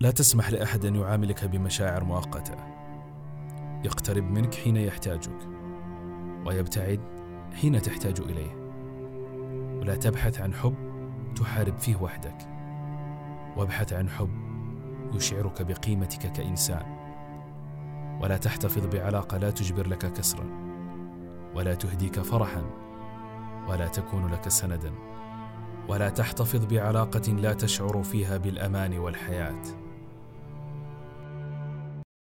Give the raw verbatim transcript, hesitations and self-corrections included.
لا تسمح لأحد أن يعاملك بمشاعر مؤقتة. يقترب منك حين يحتاجك، ويبتعد حين تحتاج إليه. ولا تبحث عن حب تحارب فيه وحدك، وابحث عن حب يشعرك بقيمتك كإنسان. ولا تحتفظ بعلاقة لا تجبر لك كسرا، ولا تهديك فرحا، ولا تكون لك سندا. ولا تحتفظ بعلاقة لا تشعر فيها بالأمان والحياة.